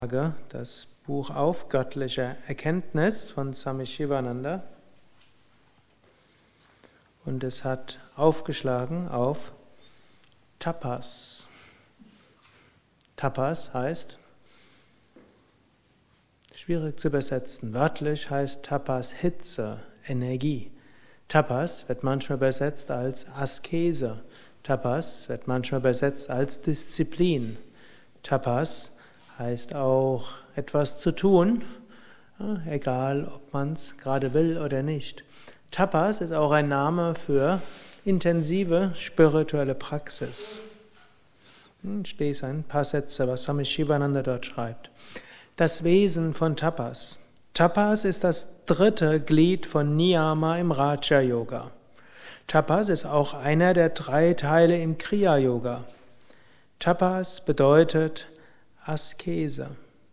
Das Buch auf göttliche Erkenntnis von Swami Shivananda, und es hat aufgeschlagen auf Tapas. Tapas heißt, schwierig zu übersetzen, wörtlich heißt Tapas Hitze, Energie. Tapas wird manchmal übersetzt als Askese. Tapas wird manchmal übersetzt als Disziplin. Tapas heißt auch etwas zu tun, egal ob man es gerade will oder nicht. Tapas ist auch ein Name für intensive spirituelle Praxis. Ich lese ein paar Sätze, was Swami Shivananda dort schreibt. Das Wesen von Tapas. Tapas ist das dritte Glied von Niyama im Raja Yoga. Tapas ist auch einer der 3 Teile im Kriya Yoga. Tapas bedeutet Askese.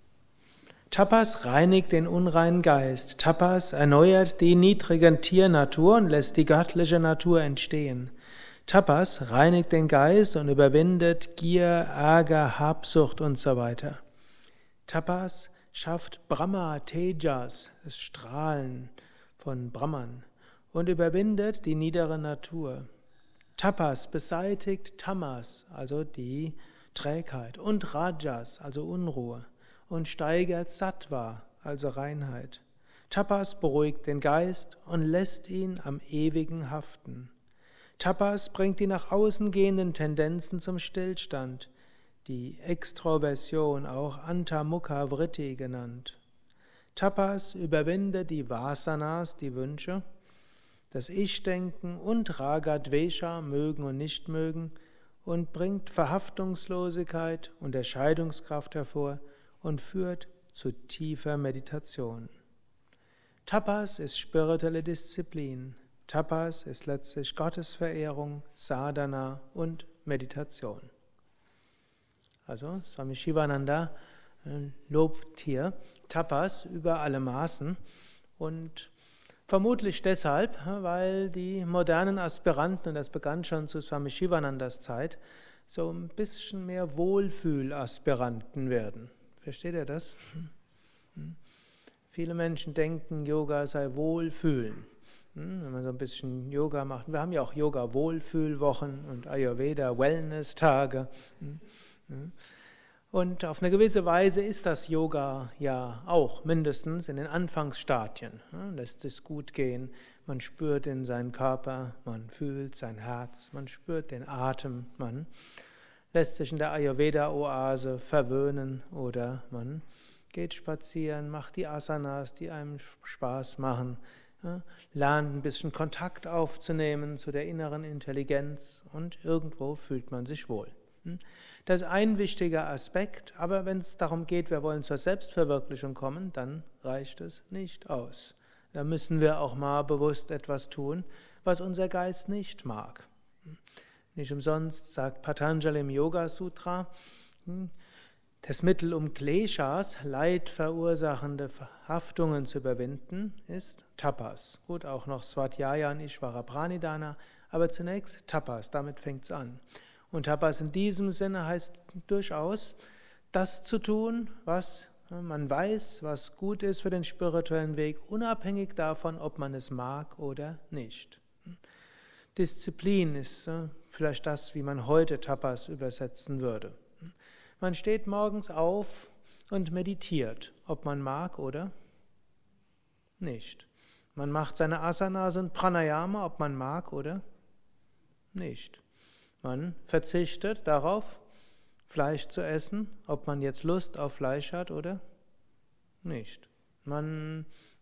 Tapas reinigt den unreinen Geist. Tapas erneuert die niedrige Tiernatur und lässt die göttliche Natur entstehen. Tapas reinigt den Geist und überwindet Gier, Ärger, Habsucht und so weiter. Tapas schafft Brahma, Tejas, das Strahlen von Brahman, und überwindet die niedere Natur. Tapas beseitigt Tamas, also die Trägheit, und Rajas, also Unruhe, und steigert Sattva, also Reinheit. Tapas beruhigt den Geist und lässt ihn am Ewigen haften. Tapas bringt die nach außen gehenden Tendenzen zum Stillstand, die Extroversion, auch Antamukha Vritti genannt. Tapas überwindet die Vasanas, die Wünsche, das Ich-Denken und Raga Dvesha, mögen und nicht mögen, und bringt Verhaftungslosigkeit und Entscheidungskraft hervor und führt zu tiefer Meditation. Tapas ist spirituelle Disziplin. Tapas ist letztlich Gottesverehrung, Sadhana und Meditation. Also Swami Shivananda lobt hier Tapas über alle Maßen, und vermutlich deshalb, weil die modernen Aspiranten, und das begann schon zu Swami Shivanandas Zeit, so ein bisschen mehr Wohlfühlaspiranten werden. Versteht ihr das? Viele Menschen denken, Yoga sei Wohlfühlen. Wenn man so ein bisschen Yoga macht. Wir haben ja auch Yoga-Wohlfühlwochen und Ayurveda-Wellness-Tage. Und auf eine gewisse Weise ist das Yoga ja auch, mindestens in den Anfangsstadien. Lässt es gut gehen, man spürt in seinen Körper, man fühlt sein Herz, man spürt den Atem, man lässt sich in der Ayurveda-Oase verwöhnen oder man geht spazieren, macht die Asanas, die einem Spaß machen, lernt ein bisschen Kontakt aufzunehmen zu der inneren Intelligenz, und irgendwo fühlt man sich wohl. Das ist ein wichtiger Aspekt, aber wenn es darum geht, wir wollen zur Selbstverwirklichung kommen, dann reicht es nicht aus. Da müssen wir auch mal bewusst etwas tun, was unser Geist nicht mag. Nicht umsonst sagt Patanjali im Yoga Sutra, das Mittel, um Kleshas, leidverursachende Haftungen zu überwinden, ist Tapas. Gut, auch noch Svadhyaya und Ishvara Pranidhana, aber zunächst Tapas, damit fängt es an. Und Tapas in diesem Sinne heißt durchaus, das zu tun, was man weiß, was gut ist für den spirituellen Weg, unabhängig davon, ob man es mag oder nicht. Disziplin ist vielleicht das, wie man heute Tapas übersetzen würde. Man steht morgens auf und meditiert, ob man mag oder nicht. Man macht seine Asanas und Pranayama, ob man mag oder nicht. Man verzichtet darauf, Fleisch zu essen, ob man jetzt Lust auf Fleisch hat oder nicht. Man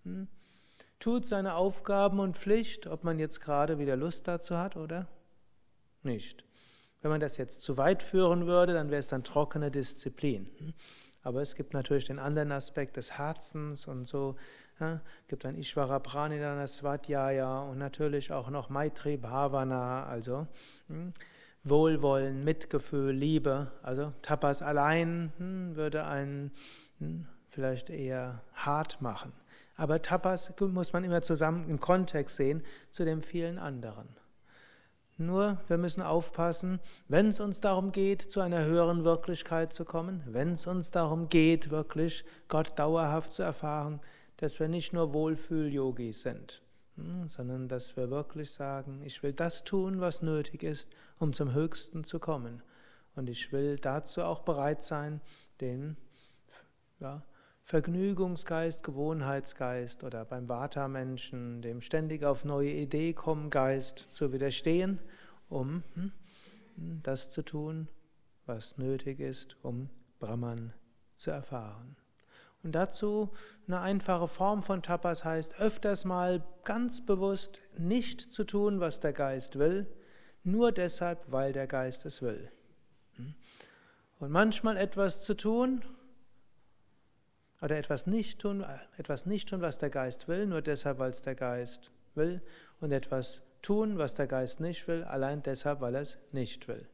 tut seine Aufgaben und Pflicht, ob man jetzt gerade wieder Lust dazu hat oder nicht. Wenn man das jetzt zu weit führen würde, dann wäre es dann trockene Disziplin. Aber es gibt natürlich den anderen Aspekt des Herzens und so. Es gibt ein Ishvara Pranidhana, Svadhyaya und natürlich auch noch Maitri Bhavana, also Wohlwollen, Mitgefühl, Liebe. Also Tapas allein würde einen vielleicht eher hart machen. Aber Tapas muss man immer zusammen im Kontext sehen zu den vielen anderen. Nur, wir müssen aufpassen, wenn es uns darum geht, zu einer höheren Wirklichkeit zu kommen, wenn es uns darum geht, wirklich Gott dauerhaft zu erfahren, dass wir nicht nur Wohlfühl-Yogis sind, sondern dass wir wirklich sagen, ich will das tun, was nötig ist, um zum Höchsten zu kommen. Und ich will dazu auch bereit sein, den Vergnügungsgeist, Gewohnheitsgeist oder beim Vata-Menschen, dem ständig auf neue Idee kommen Geist zu widerstehen, um das zu tun, was nötig ist, um Brahman zu erfahren. Und dazu eine einfache Form von Tapas heißt, öfters mal ganz bewusst nicht zu tun, was der Geist will, nur deshalb, weil der Geist es will. Und manchmal etwas zu tun, oder etwas nicht tun, was der Geist will, nur deshalb, weil es der Geist will, und etwas tun, was der Geist nicht will, allein deshalb, weil er es nicht will.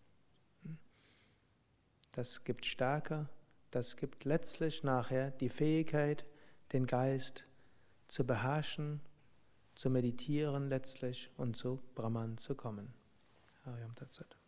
Das gibt Stärke, das gibt letztlich nachher die Fähigkeit, den Geist zu beherrschen, zu meditieren letztlich und zu Brahman zu kommen. Harium Tat Sat.